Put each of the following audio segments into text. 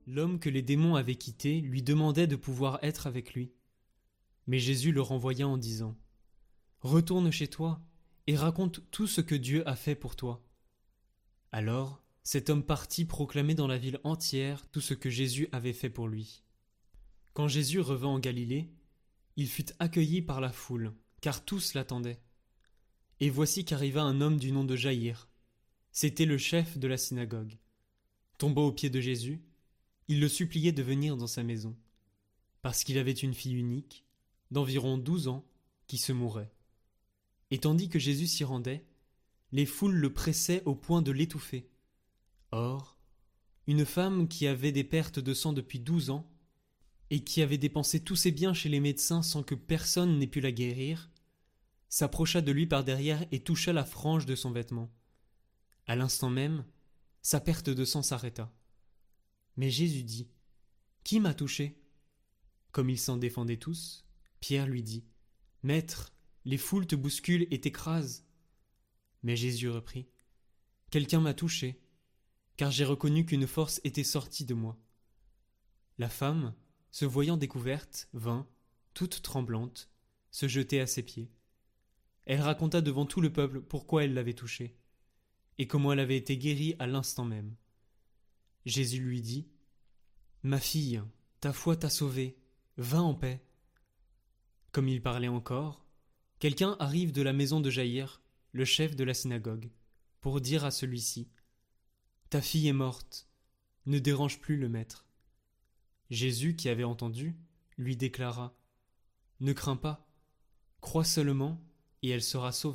L'homme que les démons avaient quitté lui demandait de pouvoir être avec lui. Mais Jésus le renvoya en disant « Retourne chez toi et raconte tout ce que Dieu a fait pour toi. » Alors, cet homme partit proclamer dans la ville entière tout ce que Jésus avait fait pour lui. Quand Jésus revint en Galilée, il fut accueilli par la foule, car tous l'attendaient. Et voici qu'arriva un homme du nom de Jaïr. C'était le chef de la synagogue. Tombant aux pieds de Jésus, il le suppliait de venir dans sa maison, parce qu'il avait une fille unique, d'environ 12 ans, qui se mourait. Et tandis que Jésus s'y rendait, les foules le pressaient au point de l'étouffer. Or, une femme qui avait des pertes de sang depuis 12 ans, et qui avait dépensé tous ses biens chez les médecins sans que personne n'ait pu la guérir, s'approcha de lui par derrière et toucha la frange de son vêtement. À l'instant même, sa perte de sang s'arrêta. Mais Jésus dit « Qui m'a touché ?» Comme ils s'en défendaient tous, Pierre lui dit « Maître, les foules te bousculent et t'écrasent. » Mais Jésus reprit « Quelqu'un m'a touché, car j'ai reconnu qu'une force était sortie de moi. » La femme, se voyant découverte, vint, toute tremblante, se jeter à ses pieds. Elle raconta devant tout le peuple pourquoi elle l'avait touché, et comment elle avait été guérie à l'instant même. Jésus lui dit « Ma fille, ta foi t'a sauvée, va en paix. » Comme il parlait encore, quelqu'un arrive de la maison de Jaïr, le chef de la synagogue, pour dire à celui-ci « Ta fille est morte, ne dérange plus le maître. » Jésus, qui avait entendu, lui déclara « Ne crains pas, crois seulement, et elle sera sauvée. »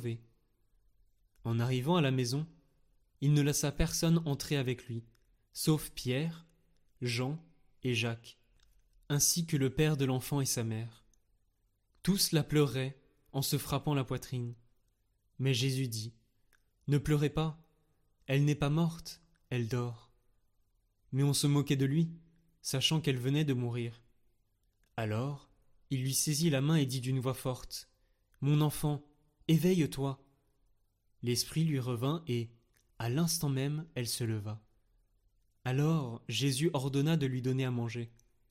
En arrivant à la maison, il ne laissa personne entrer avec lui, sauf Pierre, Jean et Jacques, ainsi que le père de l'enfant et sa mère. Tous la pleuraient en se frappant la poitrine. Mais Jésus dit « Ne pleurez pas, elle n'est pas morte, elle dort. » Mais on se moquait de lui, sachant qu'elle venait de mourir. Alors, il lui saisit la main et dit d'une voix forte « Mon enfant, éveille-toi. » L'esprit lui revint et, à l'instant même, elle se leva. Alors Jésus ordonna de lui donner à manger.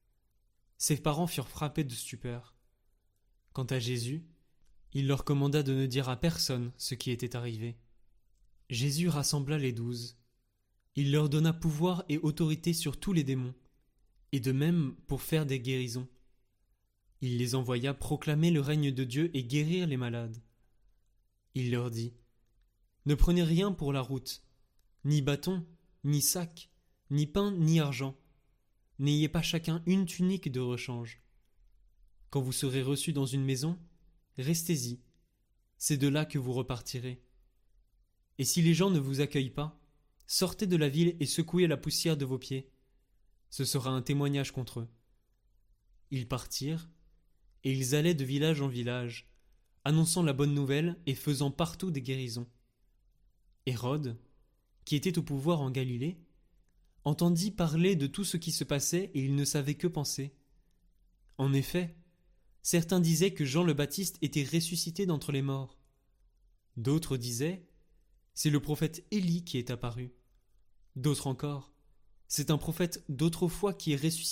Ses parents furent frappés de stupeur. Quant à Jésus, il leur commanda de ne dire à personne ce qui était arrivé. Jésus rassembla les 12. Il leur donna pouvoir et autorité sur tous les démons, et de même pour faire des guérisons. Il les envoya proclamer le règne de Dieu et guérir les malades. Il leur dit « Ne prenez rien pour la route, ni bâton, ni sac, ni pain, ni argent. N'ayez pas chacun une tunique de rechange. Quand vous serez reçus dans une maison, restez-y. C'est de là que vous repartirez. Et si les gens ne vous accueillent pas, sortez de la ville et secouez la poussière de vos pieds. Ce sera un témoignage contre eux. » Ils partirent, et ils allaient de village en village, annonçant la bonne nouvelle et faisant partout des guérisons. Hérode, qui était au pouvoir en Galilée, entendit parler de tout ce qui se passait et il ne savait que penser. En effet, certains disaient que Jean le Baptiste était ressuscité d'entre les morts. D'autres disaient « C'est le prophète Élie qui est apparu. » D'autres encore « C'est un prophète d'autrefois qui est ressuscité. »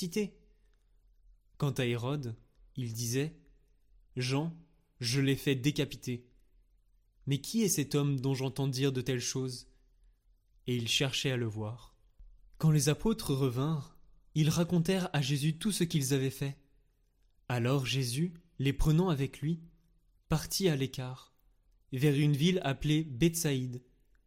Quant à Hérode, il disait « Jean, je l'ai fait décapiter. Mais qui est cet homme dont j'entends dire de telles choses ?» Et il cherchait à le voir. Quand les apôtres revinrent, ils racontèrent à Jésus tout ce qu'ils avaient fait. Alors Jésus, les prenant avec lui, partit à l'écart, vers une ville appelée Bethsaïde.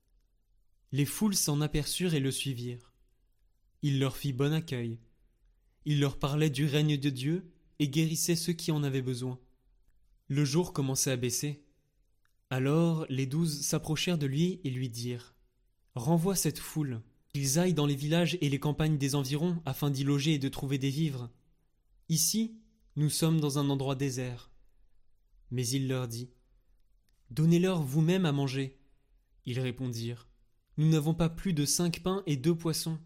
Les foules s'en aperçurent et le suivirent. Il leur fit bon accueil. Il leur parlait du règne de Dieu et guérissait ceux qui en avaient besoin. Le jour commençait à baisser. Alors les 12 s'approchèrent de lui et lui dirent « Renvoie cette foule, qu'ils aillent dans les villages et les campagnes des environs afin d'y loger et de trouver des vivres. Ici, nous sommes dans un endroit désert. » Mais il leur dit « Donnez-leur vous-même à manger. » Ils répondirent « Nous n'avons pas plus de 5 pains et 2 poissons.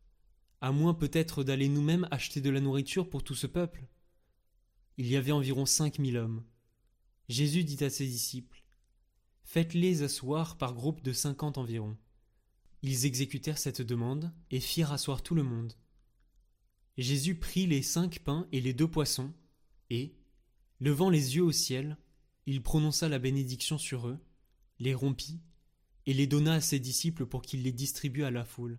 À moins peut-être d'aller nous-mêmes acheter de la nourriture pour tout ce peuple. » Il y avait environ 5000 hommes. Jésus dit à ses disciples « Faites-les asseoir par groupe de 50 environ. » Ils exécutèrent cette demande et firent asseoir tout le monde. Jésus prit les 5 pains et les 2 poissons, et, levant les yeux au ciel, il prononça la bénédiction sur eux, les rompit, et les donna à ses disciples pour qu'ils les distribuent à la foule.